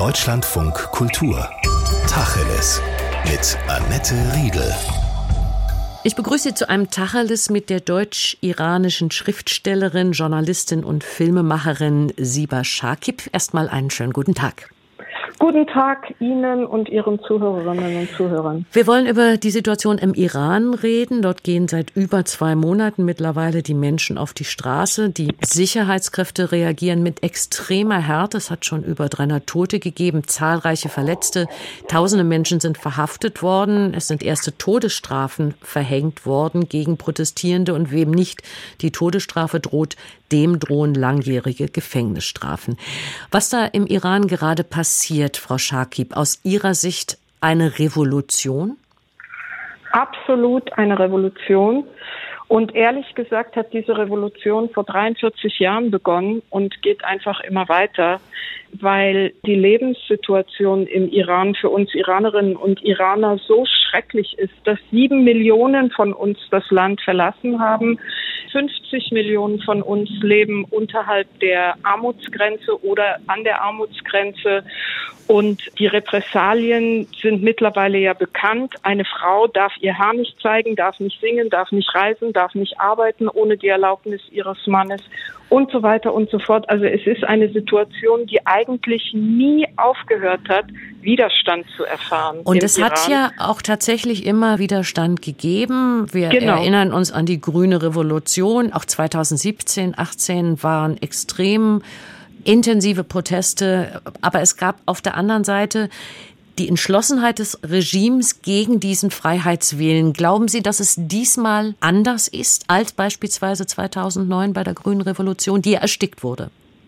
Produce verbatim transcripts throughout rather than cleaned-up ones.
Deutschlandfunk Kultur. Tacheles. Mit Annette Riedel. Ich begrüße Sie zu einem Tacheles mit der deutsch-iranischen Schriftstellerin, Journalistin und Filmemacherin Siba Shakib. Erstmal einen schönen guten Tag. Guten Tag Ihnen und Ihren Zuhörerinnen und Zuhörern. Wir wollen über die Situation im Iran reden. Dort gehen seit über zwei Monaten mittlerweile die Menschen auf die Straße. Die Sicherheitskräfte reagieren mit extremer Härte. Es hat schon über dreihundert Tote gegeben, zahlreiche Verletzte. Tausende Menschen sind verhaftet worden. Es sind erste Todesstrafen verhängt worden gegen Protestierende. Und wem nicht die Todesstrafe droht, dem drohen langjährige Gefängnisstrafen. Was da im Iran gerade passiert, Frau Shakib, aus Ihrer Sicht eine Revolution? Absolut eine Revolution. Und ehrlich gesagt hat diese Revolution vor dreiundvierzig Jahren begonnen und geht einfach immer weiter, weil die Lebenssituation im Iran für uns Iranerinnen und Iraner so schrecklich ist, dass sieben Millionen von uns das Land verlassen haben. fünfzig Millionen von uns leben unterhalb der Armutsgrenze oder an der Armutsgrenze. Und die Repressalien sind mittlerweile ja bekannt. Eine Frau darf ihr Haar nicht zeigen, darf nicht singen, darf nicht reisen, darf nicht arbeiten ohne die Erlaubnis ihres Mannes und so weiter und so fort. Also es ist eine Situation, die eigentlich nie aufgehört hat, Widerstand zu erfahren. Und es Iran. hat ja auch tatsächlich immer Widerstand gegeben. Wir genau. erinnern uns an die Grüne Revolution. Auch zweitausendsiebzehn, achtzehn waren extrem intensive Proteste. Aber es gab auf der anderen Seite die Entschlossenheit des Regimes gegen diesen Freiheitswillen. Glauben Sie, dass es diesmal anders ist als beispielsweise zweitausendneun bei der Grünen Revolution, die ja erstickt wurde?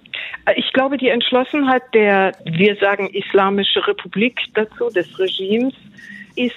Ich glaube, die Entschlossenheit der, wir sagen, Islamische Republik dazu, des Regimes, ist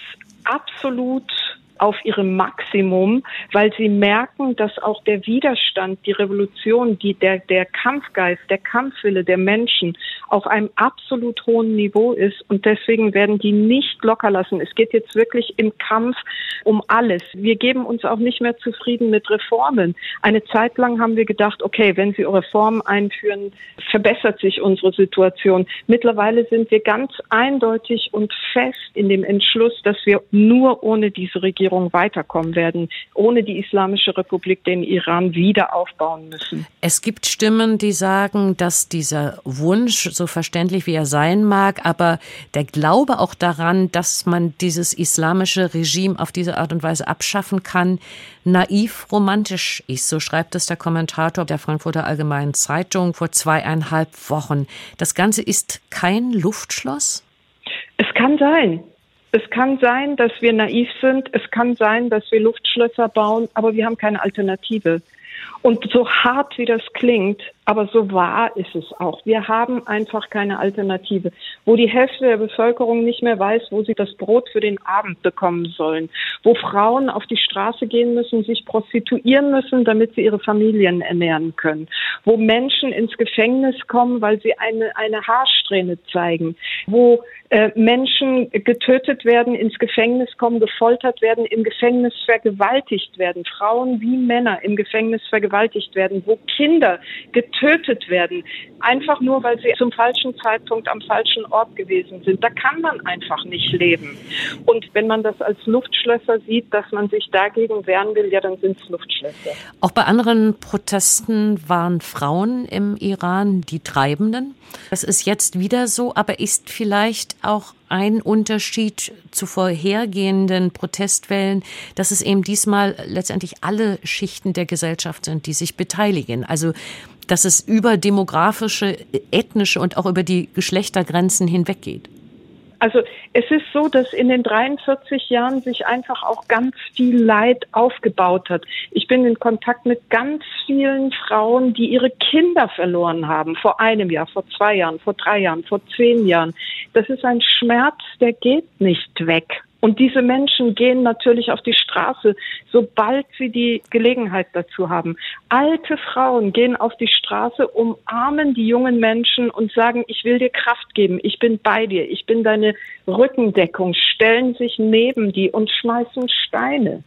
absolut auf ihrem Maximum, weil sie merken, dass auch der Widerstand, die Revolution, die, der, der Kampfgeist, der Kampfwille der Menschen auf einem absolut hohen Niveau ist und deswegen werden die nicht locker lassen. Es geht jetzt wirklich im Kampf um alles. Wir geben uns auch nicht mehr zufrieden mit Reformen. Eine Zeit lang haben wir gedacht, okay, wenn sie Reformen einführen, verbessert sich unsere Situation. Mittlerweile sind wir ganz eindeutig und fest in dem Entschluss, dass wir nur ohne diese Regierung weiterkommen werden, ohne die Islamische Republik den Iran wieder aufbauen müssen. Es gibt Stimmen, die sagen, dass dieser Wunsch, so verständlich wie er sein mag, aber der Glaube auch daran, dass man dieses islamische Regime auf diese Art und Weise abschaffen kann, naiv romantisch ist. So schreibt es der Kommentator der Frankfurter Allgemeinen Zeitung vor zweieinhalb Wochen. Das Ganze ist kein Luftschloss? Es kann sein. Es kann sein, dass wir naiv sind. Es kann sein, dass wir Luftschlösser bauen, aber wir haben keine Alternative. Und so hart wie das klingt, aber so wahr ist es auch. Wir haben einfach keine Alternative. Wo die Hälfte der Bevölkerung nicht mehr weiß, wo sie das Brot für den Abend bekommen sollen. Wo Frauen auf die Straße gehen müssen, sich prostituieren müssen, damit sie ihre Familien ernähren können. Wo Menschen ins Gefängnis kommen, weil sie eine, eine Haarsträhne zeigen. Wo äh, Menschen getötet werden, ins Gefängnis kommen, gefoltert werden, im Gefängnis vergewaltigt werden. Frauen wie Männer im Gefängnis vergewaltigt werden. Wo Kinder getötet getötet werden, einfach nur, weil sie zum falschen Zeitpunkt am falschen Ort gewesen sind. Da kann man einfach nicht leben. Und wenn man das als Luftschlösser sieht, dass man sich dagegen wehren will, ja, dann sind es Luftschlösser. Auch bei anderen Protesten waren Frauen im Iran die Treibenden. Das ist jetzt wieder so, aber ist vielleicht auch ein Unterschied zu vorhergehenden Protestwellen, dass es eben diesmal letztendlich alle Schichten der Gesellschaft sind, die sich beteiligen. Also dass es über demografische, ethnische und auch über die Geschlechtergrenzen hinweggeht. Also es ist so, dass in den dreiundvierzig Jahren sich einfach auch ganz viel Leid aufgebaut hat. Ich bin in Kontakt mit ganz vielen Frauen, die ihre Kinder verloren haben. Vor einem Jahr, vor zwei Jahren, vor drei Jahren, vor zehn Jahren. Das ist ein Schmerz, der geht nicht weg. Und diese Menschen gehen natürlich auf die Straße, sobald sie die Gelegenheit dazu haben. Alte Frauen gehen auf die Straße, umarmen die jungen Menschen und sagen, ich will dir Kraft geben, ich bin bei dir, ich bin deine Rückendeckung, stellen sich neben die und schmeißen Steine.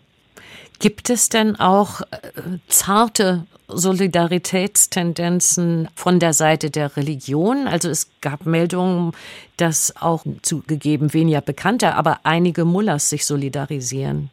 Gibt es denn auch äh, zarte Solidaritätstendenzen von der Seite der Religion? Also es gab Meldungen, dass auch zugegeben weniger bekannte, aber einige Mullahs sich solidarisieren.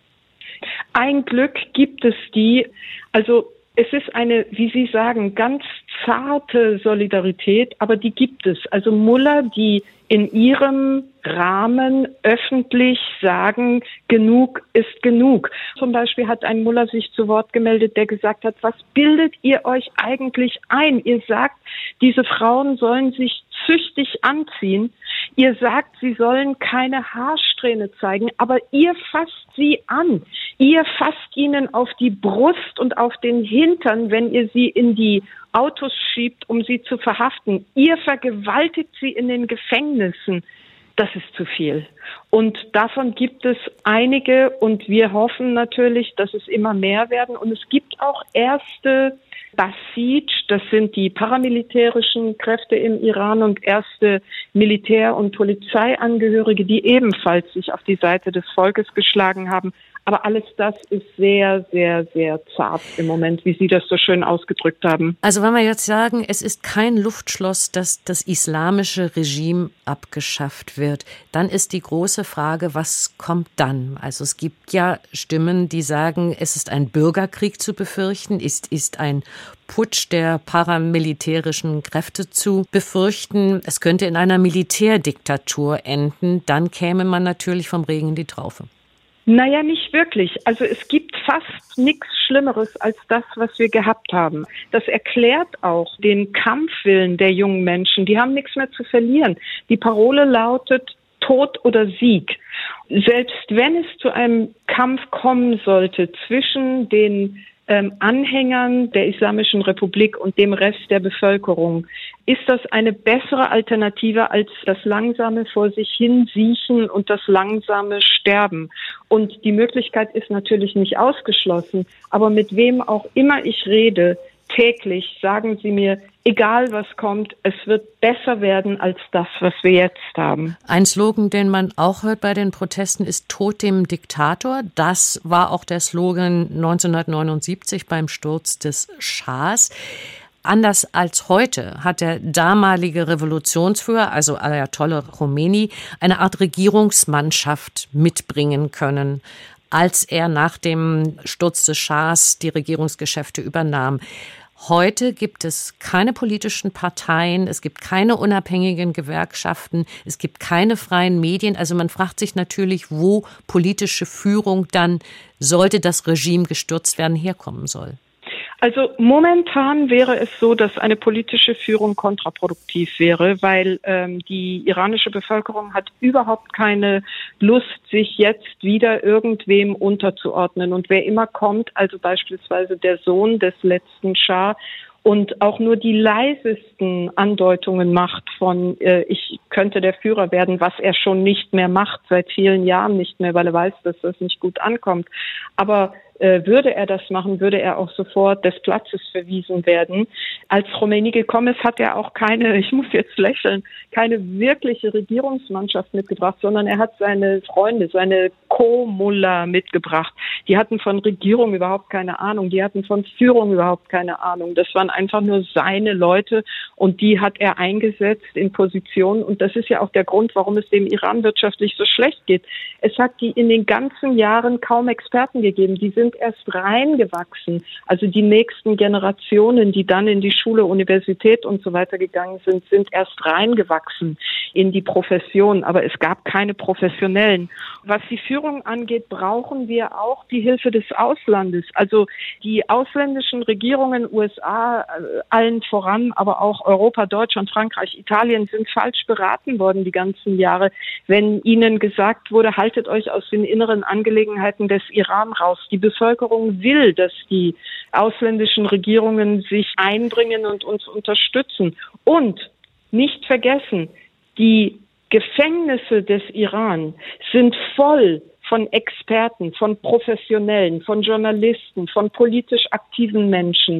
Ein Glück gibt es die. Also es ist eine, wie Sie sagen, ganz zarte Solidarität, aber die gibt es. Also Mullah, die in ihrem Rahmen öffentlich sagen, genug ist genug. Zum Beispiel hat ein Mullah sich zu Wort gemeldet, der gesagt hat, was bildet ihr euch eigentlich ein? Ihr sagt, diese Frauen sollen sich züchtig anziehen. Ihr sagt, sie sollen keine Haarsträhne zeigen, aber ihr fasst sie an. Ihr fasst ihnen auf die Brust und auf den Hintern, wenn ihr sie in die Autos schiebt, um sie zu verhaften. Ihr vergewaltigt sie in den Gefängnissen. Das ist zu viel. Und davon gibt es einige und wir hoffen natürlich, dass es immer mehr werden. Und es gibt auch erste Basij, das sind die paramilitärischen Kräfte im Iran und erste Militär- und Polizeiangehörige, die ebenfalls sich auf die Seite des Volkes geschlagen haben. Aber alles das ist sehr, sehr, sehr zart im Moment, wie Sie das so schön ausgedrückt haben. Also wenn wir jetzt sagen, es ist kein Luftschloss, dass das islamische Regime abgeschafft wird, dann ist die große Frage, was kommt dann? Also es gibt ja Stimmen, die sagen, es ist ein Bürgerkrieg zu befürchten, es ist ein Putsch der paramilitärischen Kräfte zu befürchten. Es könnte in einer Militärdiktatur enden. Dann käme man natürlich vom Regen in die Traufe. Naja, nicht wirklich. Also es gibt fast nichts Schlimmeres als das, was wir gehabt haben. Das erklärt auch den Kampfwillen der jungen Menschen. Die haben nichts mehr zu verlieren. Die Parole lautet Tod oder Sieg. Selbst wenn es zu einem Kampf kommen sollte zwischen den ähm, Anhängern der Islamischen Republik und dem Rest der Bevölkerung, ist das eine bessere Alternative als das langsame vor sich hin siechen und das langsame Sterben. Und die Möglichkeit ist natürlich nicht ausgeschlossen, aber mit wem auch immer ich rede, täglich sagen sie mir, egal was kommt, es wird besser werden als das, was wir jetzt haben. Ein Slogan, den man auch hört bei den Protesten, ist Tod dem Diktator. Das war auch der Slogan neunzehnhundertneunundsiebzig beim Sturz des Schahs. Anders als heute hat der damalige Revolutionsführer, also Ayatollah Khomeini, eine Art Regierungsmannschaft mitbringen können, als er nach dem Sturz des Schahs die Regierungsgeschäfte übernahm. Heute gibt es keine politischen Parteien, es gibt keine unabhängigen Gewerkschaften, es gibt keine freien Medien. Also man fragt sich natürlich, wo politische Führung dann, sollte das Regime gestürzt werden, herkommen soll. Also momentan wäre es so, dass eine politische Führung kontraproduktiv wäre, weil ähm, die iranische Bevölkerung hat überhaupt keine Lust, sich jetzt wieder irgendwem unterzuordnen. Und wer immer kommt, also beispielsweise der Sohn des letzten Schah, und auch nur die leisesten Andeutungen macht von, äh, ich könnte der Führer werden, was er schon nicht mehr macht, seit vielen Jahren nicht mehr, weil er weiß, dass das nicht gut ankommt. Aber äh, würde er das machen, würde er auch sofort des Platzes verwiesen werden. Als Khomeini gekommen ist, hat er auch keine, ich muss jetzt lächeln, keine wirkliche Regierungsmannschaft mitgebracht, sondern er hat seine Freunde, seine Co-Mullah mitgebracht. Die hatten von Regierung überhaupt keine Ahnung, die hatten von Führung überhaupt keine Ahnung. Das waren einfach nur seine Leute und die hat er eingesetzt in Positionen. Und das ist ja auch der Grund, warum es dem Iran wirtschaftlich so schlecht geht. Es hat die in den ganzen Jahren kaum Experten gegeben. Die sind erst reingewachsen. Also die nächsten Generationen, die dann in die Schule, Universität und so weiter gegangen sind, sind erst reingewachsen in die Profession. Aber es gab keine Professionellen. Was die Führung angeht, brauchen wir auch die Hilfe des Auslandes. Also die ausländischen Regierungen, U S A, allen voran, aber auch Europa, Deutschland, Frankreich, Italien sind falsch beraten worden die ganzen Jahre, wenn ihnen gesagt wurde, haltet euch aus den inneren Angelegenheiten des Iran raus. Die Bevölkerung will, dass die ausländischen Regierungen sich einbringen und uns unterstützen. Und nicht vergessen, die Gefängnisse des Iran sind voll von Experten, von Professionellen, von Journalisten, von politisch aktiven Menschen,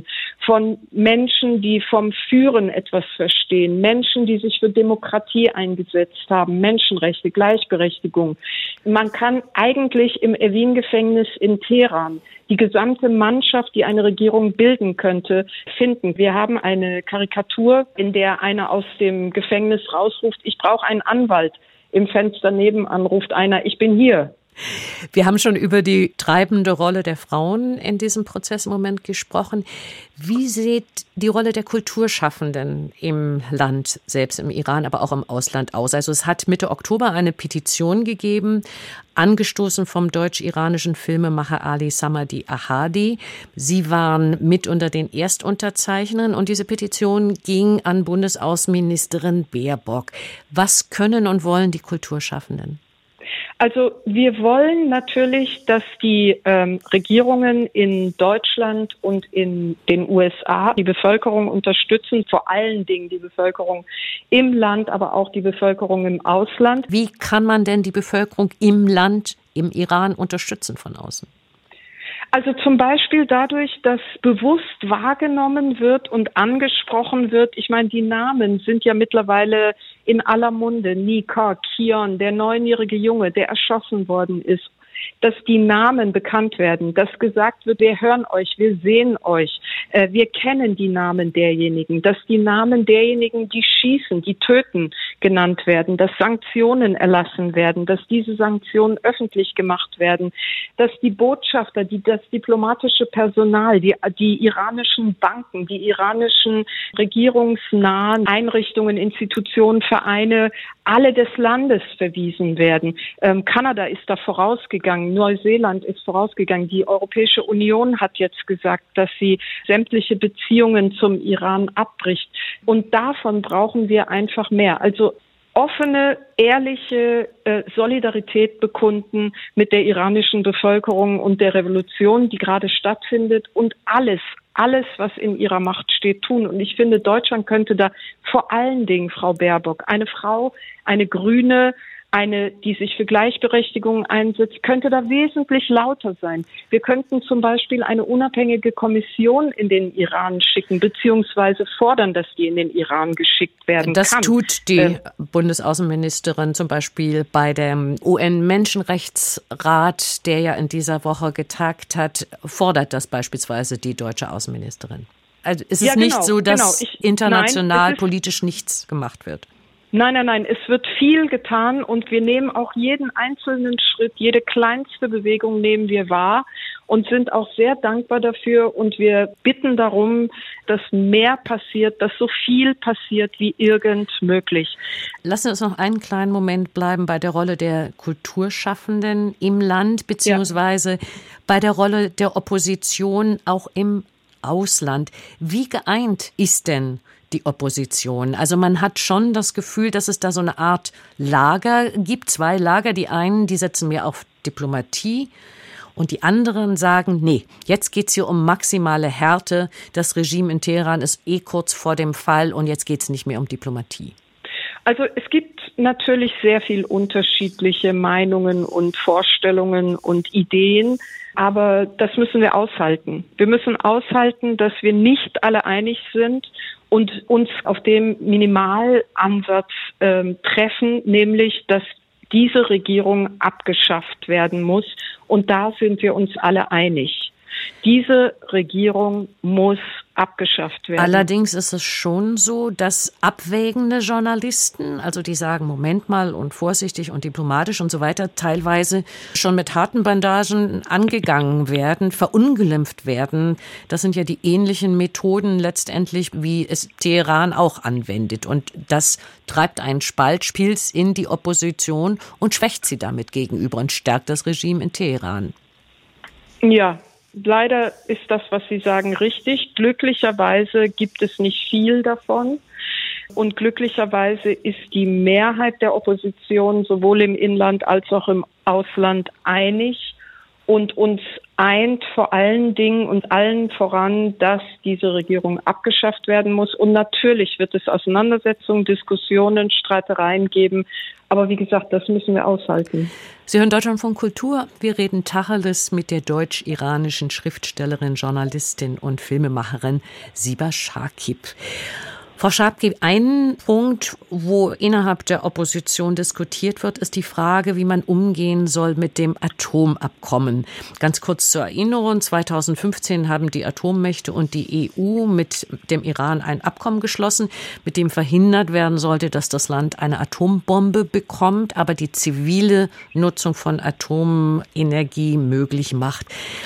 von Menschen, die vom Führen etwas verstehen, Menschen, die sich für Demokratie eingesetzt haben, Menschenrechte, Gleichberechtigung. Man kann eigentlich im Evin-Gefängnis in Teheran die gesamte Mannschaft, die eine Regierung bilden könnte, finden. Wir haben eine Karikatur, in der einer aus dem Gefängnis rausruft, ich brauche einen Anwalt. Im Fenster nebenan ruft einer, ich bin hier. Wir haben schon über die treibende Rolle der Frauen in diesem Prozess im Moment gesprochen. Wie sieht die Rolle der Kulturschaffenden im Land, selbst im Iran, aber auch im Ausland aus? Also es hat Mitte Oktober eine Petition gegeben, angestoßen vom deutsch-iranischen Filmemacher Ali Samadi Ahadi. Sie waren mit unter den Erstunterzeichnern und diese Petition ging an Bundesaußenministerin Baerbock. Was können und wollen die Kulturschaffenden? Also wir wollen natürlich, dass die ähm, Regierungen in Deutschland und in den U S A die Bevölkerung unterstützen, vor allen Dingen die Bevölkerung im Land, aber auch die Bevölkerung im Ausland. Wie kann man denn die Bevölkerung im Land, im Iran unterstützen von außen? Also zum Beispiel dadurch, dass bewusst wahrgenommen wird und angesprochen wird. Ich meine, die Namen sind ja mittlerweile in aller Munde. Nika, Kion, der neunjährige Junge, der erschossen worden ist. Dass die Namen bekannt werden, dass gesagt wird, wir hören euch, wir sehen euch, äh, wir kennen die Namen derjenigen, dass die Namen derjenigen, die schießen, die töten, genannt werden, dass Sanktionen erlassen werden, dass diese Sanktionen öffentlich gemacht werden, dass die Botschafter, die, das diplomatische Personal, die, die iranischen Banken, die iranischen regierungsnahen Einrichtungen, Institutionen, Vereine, alle des Landes verwiesen werden. Ähm, Kanada ist da vorausgegangen, Neuseeland ist vorausgegangen. Die Europäische Union hat jetzt gesagt, dass sie sämtliche Beziehungen zum Iran abbricht. Und davon brauchen wir einfach mehr. Also offene, ehrliche äh, Solidarität bekunden mit der iranischen Bevölkerung und der Revolution, die gerade stattfindet, und alles, alles, was in ihrer Macht steht, tun. Und ich finde, Deutschland könnte da vor allen Dingen, Frau Baerbock, eine Frau, eine Grüne, eine, die sich für Gleichberechtigung einsetzt, könnte da wesentlich lauter sein. Wir könnten zum Beispiel eine unabhängige Kommission in den Iran schicken, beziehungsweise fordern, dass die in den Iran geschickt werden das kann. Das tut die ähm, Bundesaußenministerin zum Beispiel bei dem U N-Menschenrechtsrat, der ja in dieser Woche getagt hat, fordert das beispielsweise die deutsche Außenministerin. Also ist es ja, genau, nicht so, dass genau. ich, international nein, politisch nichts gemacht wird? Nein, nein, nein, es wird viel getan und wir nehmen auch jeden einzelnen Schritt, jede kleinste Bewegung nehmen wir wahr und sind auch sehr dankbar dafür und wir bitten darum, dass mehr passiert, dass so viel passiert wie irgend möglich. Lassen Sie uns noch einen kleinen Moment bleiben bei der Rolle der Kulturschaffenden im Land, beziehungsweise ja. bei der Rolle der Opposition auch im Ausland. Wie geeint ist denn die Opposition? Also man hat schon das Gefühl, dass es da so eine Art Lager gibt, zwei Lager. Die einen, die setzen mehr auf Diplomatie und die anderen sagen, nee, jetzt geht's hier um maximale Härte. Das Regime in Teheran ist eh kurz vor dem Fall und jetzt geht's nicht mehr um Diplomatie. Also es gibt natürlich sehr viel unterschiedliche Meinungen und Vorstellungen und Ideen, aber das müssen wir aushalten. Wir müssen aushalten, dass wir nicht alle einig sind und uns auf dem Minimalansatz ähm, treffen, nämlich, dass diese Regierung abgeschafft werden muss. Und da sind wir uns alle einig. Diese Regierung muss abgeschafft werden. Allerdings ist es schon so, dass abwägende Journalisten, also die sagen, Moment mal und vorsichtig und diplomatisch und so weiter, teilweise schon mit harten Bandagen angegangen werden, verunglimpft werden. Das sind ja die ähnlichen Methoden letztendlich, wie es Teheran auch anwendet. Und das treibt einen Spalt, spielt in die Opposition und schwächt sie damit gegenüber und stärkt das Regime in Teheran. Ja. Leider ist das, was Sie sagen, richtig. Glücklicherweise gibt es nicht viel davon. Und glücklicherweise ist die Mehrheit der Opposition sowohl im Inland als auch im Ausland einig Und uns eint vor allen Dingen und allen voran, dass diese Regierung abgeschafft werden muss. Und natürlich wird es Auseinandersetzungen, Diskussionen, Streitereien geben. Aber wie gesagt, das müssen wir aushalten. Sie hören Deutschlandfunk Kultur. Wir reden Tacheles mit der deutsch-iranischen Schriftstellerin, Journalistin und Filmemacherin Siba Shakib. Frau Shakib, ein Punkt, wo innerhalb der Opposition diskutiert wird, ist die Frage, wie man umgehen soll mit dem Atomabkommen. Ganz kurz zur Erinnerung, zweitausendfünfzehn haben die Atommächte und die E U mit dem Iran ein Abkommen geschlossen, mit dem verhindert werden sollte, dass das Land eine Atombombe bekommt, aber die zivile Nutzung von Atomenergie möglich macht.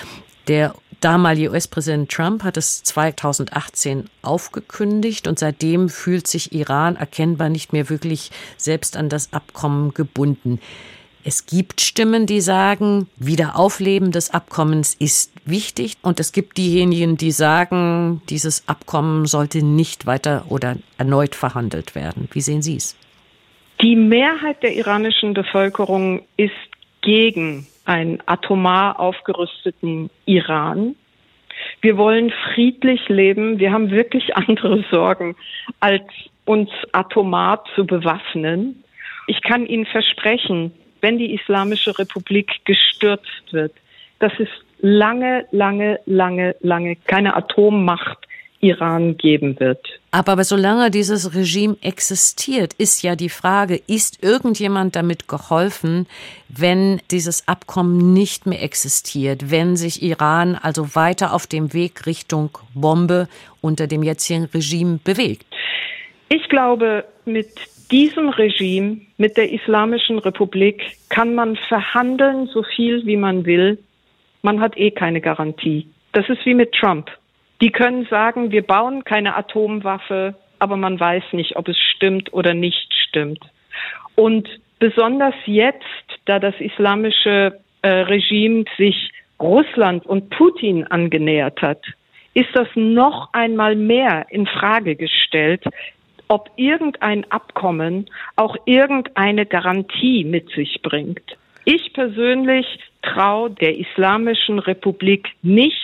Der damalige U S-Präsident Trump hat es zweitausendachtzehn aufgekündigt und seitdem fühlt sich Iran erkennbar nicht mehr wirklich selbst an das Abkommen gebunden. Es gibt Stimmen, die sagen, Wiederaufleben des Abkommens ist wichtig und es gibt diejenigen, die sagen, dieses Abkommen sollte nicht weiter oder erneut verhandelt werden. Wie sehen Sie es? Die Mehrheit der iranischen Bevölkerung ist gegen einen atomar aufgerüsteten Iran. Wir wollen friedlich leben. Wir haben wirklich andere Sorgen, als uns atomar zu bewaffnen. Ich kann Ihnen versprechen, wenn die Islamische Republik gestürzt wird, dass es lange, lange, lange, lange keine Atommacht Iran geben wird. Aber, aber solange dieses Regime existiert, ist ja die Frage, ist irgendjemand damit geholfen, wenn dieses Abkommen nicht mehr existiert, wenn sich Iran also weiter auf dem Weg Richtung Bombe unter dem jetzigen Regime bewegt? Ich glaube, mit diesem Regime, mit der Islamischen Republik, kann man verhandeln, so viel wie man will. Man hat eh keine Garantie. Das ist wie mit Trump. Die können sagen, wir bauen keine Atomwaffe, aber man weiß nicht, ob es stimmt oder nicht stimmt. Und besonders jetzt, da das islamische äh, Regime sich Russland und Putin angenähert hat, ist das noch einmal mehr in Frage gestellt, ob irgendein Abkommen auch irgendeine Garantie mit sich bringt. Ich persönlich traue der Islamischen Republik nicht,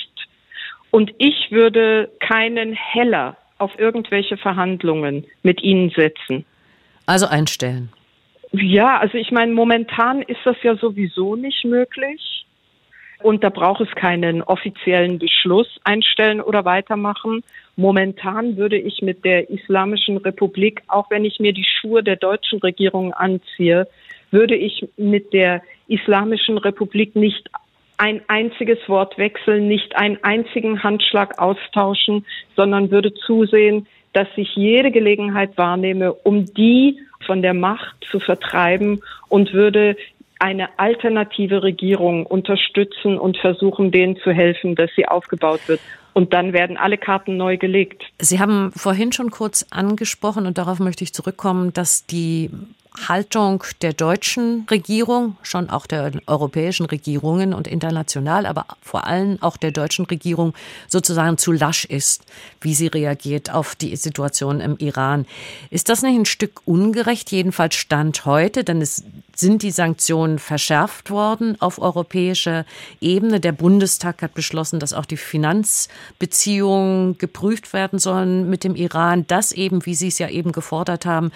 und ich würde keinen Heller auf irgendwelche Verhandlungen mit ihnen setzen. Also einstellen. Ja, also ich meine, momentan ist das ja sowieso nicht möglich. Und da braucht es keinen offiziellen Beschluss, einstellen oder weitermachen. Momentan würde ich mit der Islamischen Republik, auch wenn ich mir die Schuhe der deutschen Regierung anziehe, würde ich mit der Islamischen Republik nicht ein einziges Wort wechseln, nicht einen einzigen Handschlag austauschen, sondern würde zusehen, dass ich jede Gelegenheit wahrnehme, um die von der Macht zu vertreiben und würde eine alternative Regierung unterstützen und versuchen, denen zu helfen, dass sie aufgebaut wird. Und dann werden alle Karten neu gelegt. Sie haben vorhin schon kurz angesprochen, und darauf möchte ich zurückkommen, dass die Haltung der deutschen Regierung, schon auch der europäischen Regierungen und international, aber vor allem auch der deutschen Regierung sozusagen zu lasch ist, wie sie reagiert auf die Situation im Iran. Ist das nicht ein Stück ungerecht, jedenfalls Stand heute? Denn es sind die Sanktionen verschärft worden auf europäischer Ebene. Der Bundestag hat beschlossen, dass auch die Finanzbeziehungen geprüft werden sollen mit dem Iran, dass eben, wie Sie es ja eben gefordert haben,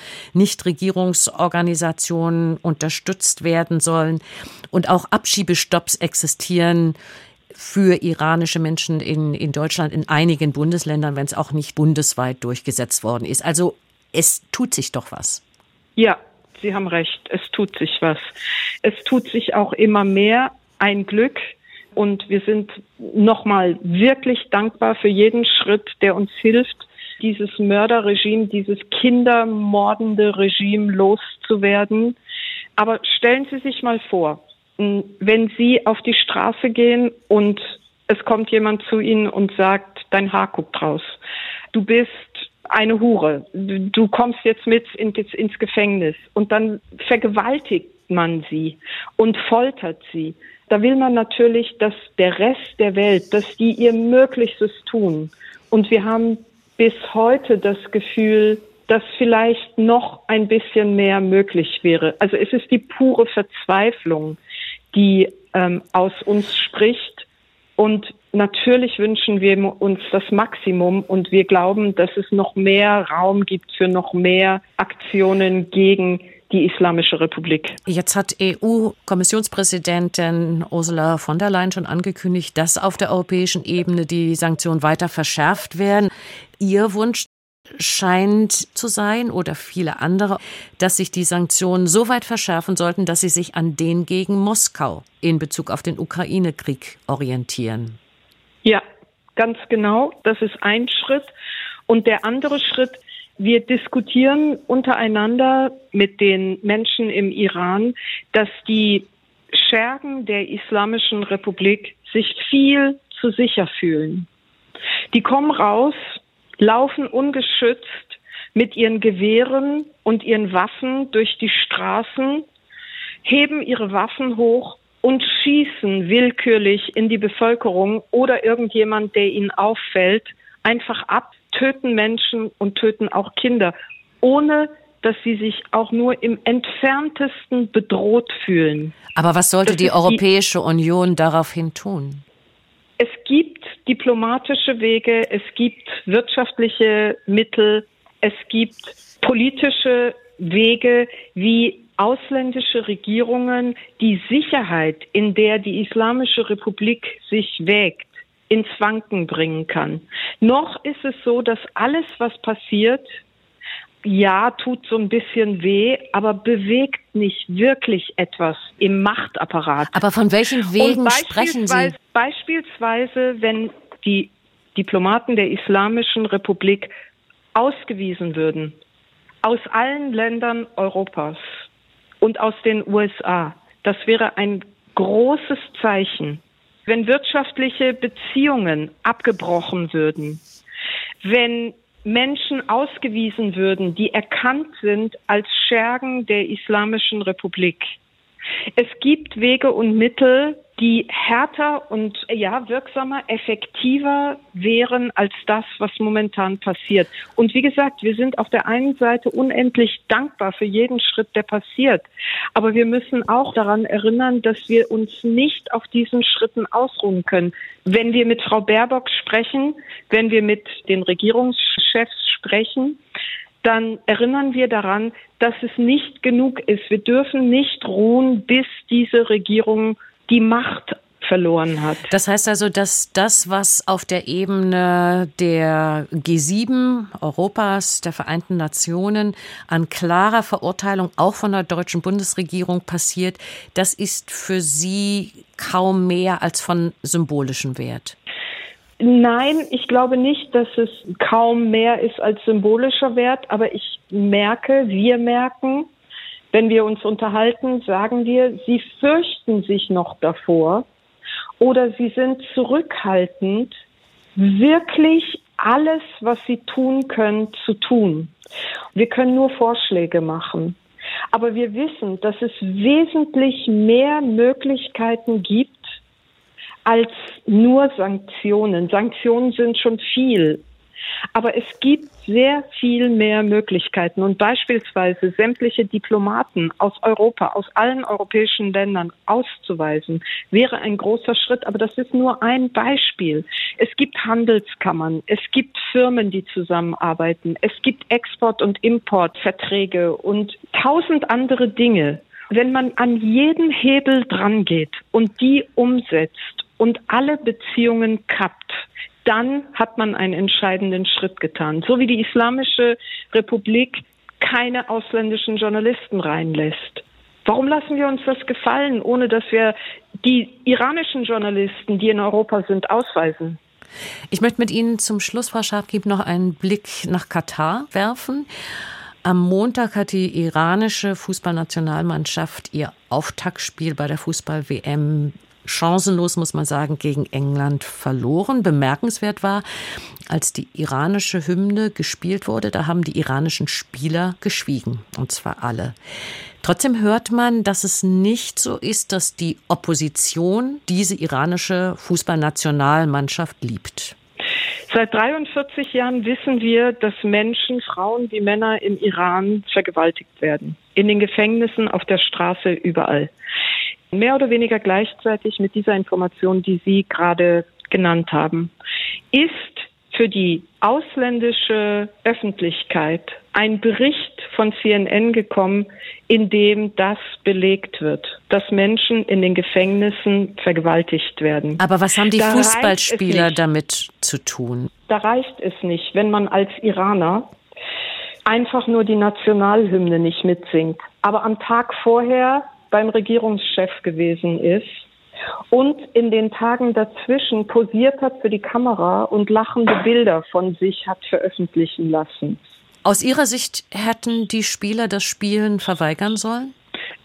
Nichtregierungsorganisationen unterstützt werden sollen und auch Abschiebestopps existieren für iranische Menschen in, in Deutschland, in einigen Bundesländern, wenn es auch nicht bundesweit durchgesetzt worden ist. Also es tut sich doch was. Ja, Sie haben recht, es tut sich was. Es tut sich auch immer mehr, ein Glück. Und wir sind nochmal wirklich dankbar für jeden Schritt, der uns hilft, dieses Mörderregime, dieses kindermordende Regime loszuwerden. Aber stellen Sie sich mal vor, wenn Sie auf die Straße gehen und es kommt jemand zu Ihnen und sagt, dein Haar guckt raus. Du bist eine Hure. Du kommst jetzt mit ins, ins Gefängnis. Und dann vergewaltigt man sie und foltert sie. Da will man natürlich, dass der Rest der Welt, dass die ihr Möglichstes tun. Und wir haben bis heute das Gefühl, dass vielleicht noch ein bisschen mehr möglich wäre. Also es ist die pure Verzweiflung, die ähm, aus uns spricht. Und natürlich wünschen wir uns das Maximum und wir glauben, dass es noch mehr Raum gibt für noch mehr Aktionen gegen die Islamische Republik. Jetzt hat E U-Kommissionspräsidentin Ursula von der Leyen schon angekündigt, dass auf der europäischen Ebene die Sanktionen weiter verschärft werden. Ihr Wunsch scheint zu sein, oder viele andere, dass sich die Sanktionen so weit verschärfen sollten, dass sie sich an den gegen Moskau in Bezug auf den Ukraine-Krieg orientieren. Ja, ganz genau. Das ist ein Schritt. Und der andere Schritt, wir diskutieren untereinander mit den Menschen im Iran, dass die Schergen der Islamischen Republik sich viel zu sicher fühlen. Die kommen raus, laufen ungeschützt mit ihren Gewehren und ihren Waffen durch die Straßen, heben ihre Waffen hoch und schießen willkürlich in die Bevölkerung oder irgendjemand, der ihnen auffällt, einfach ab, töten Menschen und töten auch Kinder, ohne dass sie sich auch nur im Entferntesten bedroht fühlen. Aber was sollte die Europäische Union daraufhin tun? Es gibt diplomatische Wege, es gibt wirtschaftliche Mittel, es gibt politische Wege, wie ausländische Regierungen die Sicherheit, in der die Islamische Republik sich wägt, ins Wanken bringen kann. Noch ist es so, dass alles, was passiert, ja, tut so ein bisschen weh, aber bewegt nicht wirklich etwas im Machtapparat. Aber von welchen Wegen sprechen Sie? Beispielsweise, wenn die Diplomaten der Islamischen Republik ausgewiesen würden, aus allen Ländern Europas und aus den U S A, das wäre ein großes Zeichen. Wenn wirtschaftliche Beziehungen abgebrochen würden, wenn Menschen ausgewiesen würden, die erkannt sind als Schergen der Islamischen Republik. Es gibt Wege und Mittel, die härter und ja wirksamer, effektiver wären als das, was momentan passiert. Und wie gesagt, wir sind auf der einen Seite unendlich dankbar für jeden Schritt, der passiert. Aber wir müssen auch daran erinnern, dass wir uns nicht auf diesen Schritten ausruhen können. Wenn wir mit Frau Baerbock sprechen, wenn wir mit den Regierungschefs sprechen, dann erinnern wir daran, dass es nicht genug ist. Wir dürfen nicht ruhen, bis diese Regierung die Macht verloren hat. Das heißt also, dass das, was auf der Ebene der G sieben, Europas, der Vereinten Nationen an klarer Verurteilung auch von der deutschen Bundesregierung passiert, das ist für Sie kaum mehr als von symbolischem Wert. Nein, ich glaube nicht, dass es kaum mehr ist als symbolischer Wert, aber ich merke, wir merken, wenn wir uns unterhalten, sagen wir, sie fürchten sich noch davor oder sie sind zurückhaltend, wirklich alles, was sie tun können, zu tun. Wir können nur Vorschläge machen. Aber wir wissen, dass es wesentlich mehr Möglichkeiten gibt, als nur Sanktionen. Sanktionen sind schon viel. Aber es gibt sehr viel mehr Möglichkeiten und beispielsweise sämtliche Diplomaten aus Europa, aus allen europäischen Ländern auszuweisen, wäre ein großer Schritt. Aber das ist nur ein Beispiel. Es gibt Handelskammern, es gibt Firmen, die zusammenarbeiten, es gibt Export- und Importverträge und tausend andere Dinge. Wenn man an jeden Hebel dran geht und die umsetzt und alle Beziehungen kappt, dann hat man einen entscheidenden Schritt getan. So wie die Islamische Republik keine ausländischen Journalisten reinlässt. Warum lassen wir uns das gefallen, ohne dass wir die iranischen Journalisten, die in Europa sind, ausweisen? Ich möchte mit Ihnen zum Schluss, Frau Scharpkiep, noch einen Blick nach Katar werfen. Am Montag hat die iranische Fußballnationalmannschaft ihr Auftaktspiel bei der Fußball-W M chancenlos, muss man sagen, gegen England verloren. Bemerkenswert war, als die iranische Hymne gespielt wurde, da haben die iranischen Spieler geschwiegen, und zwar alle. Trotzdem hört man, dass es nicht so ist, dass die Opposition diese iranische Fußballnationalmannschaft liebt. Seit dreiundvierzig Jahren wissen wir, dass Menschen, Frauen wie Männer im Iran vergewaltigt werden. In den Gefängnissen, auf der Straße, überall. mehr oder weniger gleichzeitig mit dieser Information, die Sie gerade genannt haben, ist für die ausländische Öffentlichkeit ein Bericht von C N N gekommen, in dem das belegt wird, dass Menschen in den Gefängnissen vergewaltigt werden. Aber was haben die da Fußballspieler damit zu tun? Da reicht es nicht, wenn man als Iraner einfach nur die Nationalhymne nicht mitsingt, aber am Tag vorher beim Regierungschef gewesen ist und in den Tagen dazwischen posiert hat für die Kamera und lachende Bilder von sich hat veröffentlichen lassen. Aus Ihrer Sicht hätten die Spieler das Spielen verweigern sollen?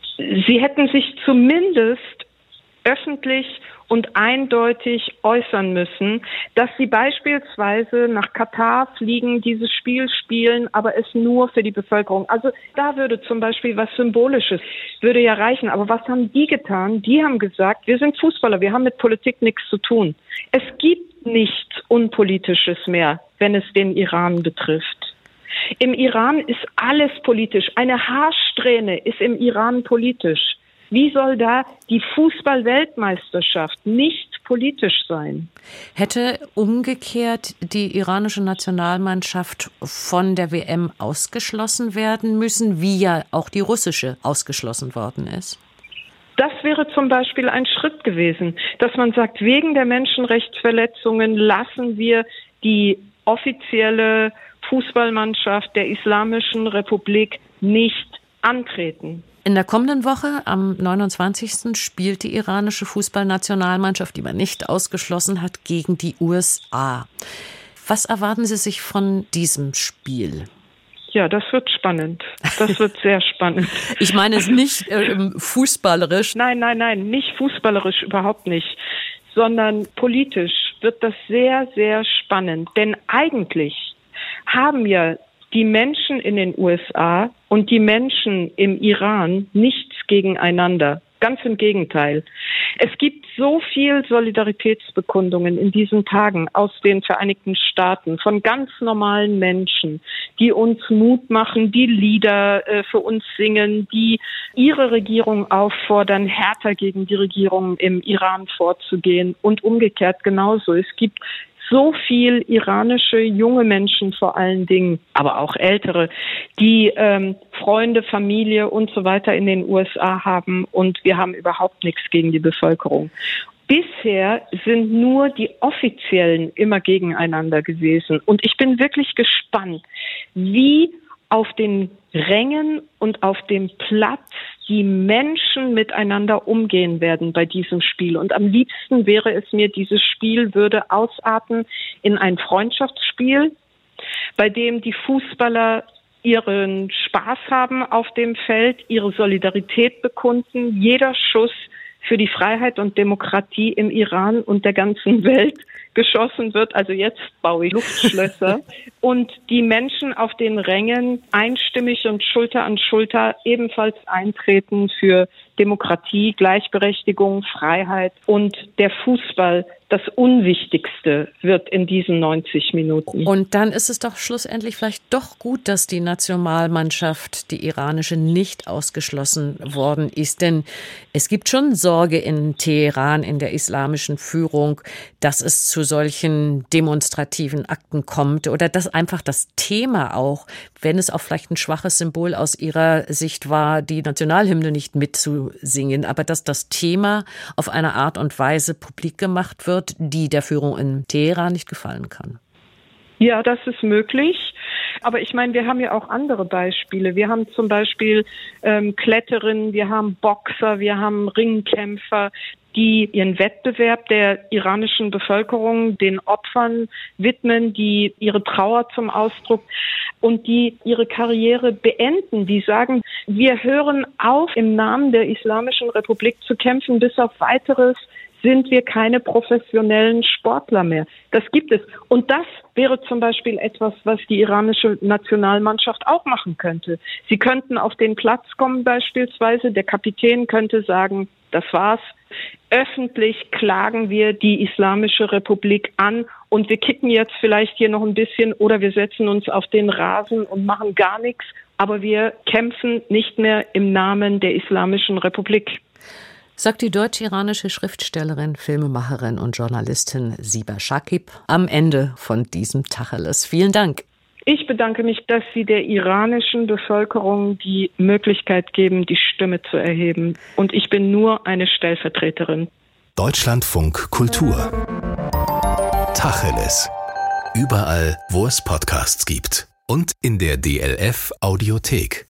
Sie hätten sich zumindest öffentlich und eindeutig äußern müssen, dass sie beispielsweise nach Katar fliegen, dieses Spiel spielen, aber es nur für die Bevölkerung. Also da würde zum Beispiel was Symbolisches, würde ja reichen. Aber was haben die getan? Die haben gesagt, wir sind Fußballer, wir haben mit Politik nichts zu tun. Es gibt nichts Unpolitisches mehr, wenn es den Iran betrifft. Im Iran ist alles politisch. Eine Haarsträhne ist im Iran politisch. Wie soll da die Fußball-Weltmeisterschaft nicht politisch sein? Hätte umgekehrt die iranische Nationalmannschaft von der W M ausgeschlossen werden müssen, wie ja auch die russische ausgeschlossen worden ist? Das wäre zum Beispiel ein Schritt gewesen, dass man sagt, wegen der Menschenrechtsverletzungen lassen wir die offizielle Fußballmannschaft der Islamischen Republik nicht antreten. In der kommenden Woche, am neunundzwanzigsten spielt die iranische Fußballnationalmannschaft, die man nicht ausgeschlossen hat, gegen die U S A. Was erwarten Sie sich von diesem Spiel? Ja, das wird spannend. Das wird sehr spannend. Ich meine es nicht äh, fußballerisch. Nein, nein, nein, nicht fußballerisch, überhaupt nicht, sondern politisch wird das sehr, sehr spannend. Denn eigentlich haben ja die Menschen in den U S A und die Menschen im Iran nichts gegeneinander. Ganz im Gegenteil. Es gibt so viel Solidaritätsbekundungen in diesen Tagen aus den Vereinigten Staaten von ganz normalen Menschen, die uns Mut machen, die Lieder äh, für uns singen, die ihre Regierung auffordern, härter gegen die Regierung im Iran vorzugehen und umgekehrt genauso. Es gibt so viel iranische junge Menschen vor allen Dingen, aber auch ältere, die ähm, Freunde, Familie und so weiter in den U S A haben und wir haben überhaupt nichts gegen die Bevölkerung. Bisher sind nur die Offiziellen immer gegeneinander gewesen und ich bin wirklich gespannt, wie auf den Rängen und auf dem Platz die Menschen miteinander umgehen werden bei diesem Spiel. Und am liebsten wäre es mir, dieses Spiel würde ausarten in ein Freundschaftsspiel, bei dem die Fußballer ihren Spaß haben auf dem Feld, ihre Solidarität bekunden, jeder Schuss für die Freiheit und Demokratie im Iran und der ganzen Welt geschossen wird. Also jetzt baue ich Luftschlösser. Und die Menschen auf den Rängen einstimmig und Schulter an Schulter ebenfalls eintreten für Demokratie, Gleichberechtigung, Freiheit. Und der Fußball, das Unwichtigste, wird in diesen neunzig Minuten. Und dann ist es doch schlussendlich vielleicht doch gut, dass die Nationalmannschaft, die iranische, nicht ausgeschlossen worden ist. Denn es gibt schon Sorge in Teheran, in der islamischen Führung, dass es zu solchen demonstrativen Akten kommt oder dass einfach das Thema auch, wenn es auch vielleicht ein schwaches Symbol aus ihrer Sicht war, die Nationalhymne nicht mitzusingen, aber dass das Thema auf eine Art und Weise publik gemacht wird, die der Führung in Teheran nicht gefallen kann. Ja, das ist möglich. Aber ich meine, wir haben ja auch andere Beispiele. Wir haben zum Beispiel ähm, Kletterinnen, wir haben Boxer, wir haben Ringkämpfer, die ihren Wettbewerb der iranischen Bevölkerung den Opfern widmen, die ihre Trauer zum Ausdruck und die ihre Karriere beenden, die sagen, wir hören auf, im Namen der Islamischen Republik zu kämpfen, bis auf Weiteres sind wir keine professionellen Sportler mehr. Das gibt es. Und das wäre zum Beispiel etwas, was die iranische Nationalmannschaft auch machen könnte. Sie könnten auf den Platz kommen beispielsweise. Der Kapitän könnte sagen, das war's. Öffentlich klagen wir die Islamische Republik an und wir kicken jetzt vielleicht hier noch ein bisschen oder wir setzen uns auf den Rasen und machen gar nichts. Aber wir kämpfen nicht mehr im Namen der Islamischen Republik. Sagt die deutsch-iranische Schriftstellerin, Filmemacherin und Journalistin Siba Shakib am Ende von diesem Tacheles. Vielen Dank. Ich bedanke mich, dass Sie der iranischen Bevölkerung die Möglichkeit geben, die Stimme zu erheben. Und ich bin nur eine Stellvertreterin. Deutschlandfunk Kultur. Tacheles. Überall, wo es Podcasts gibt. Und in der D L F Audiothek.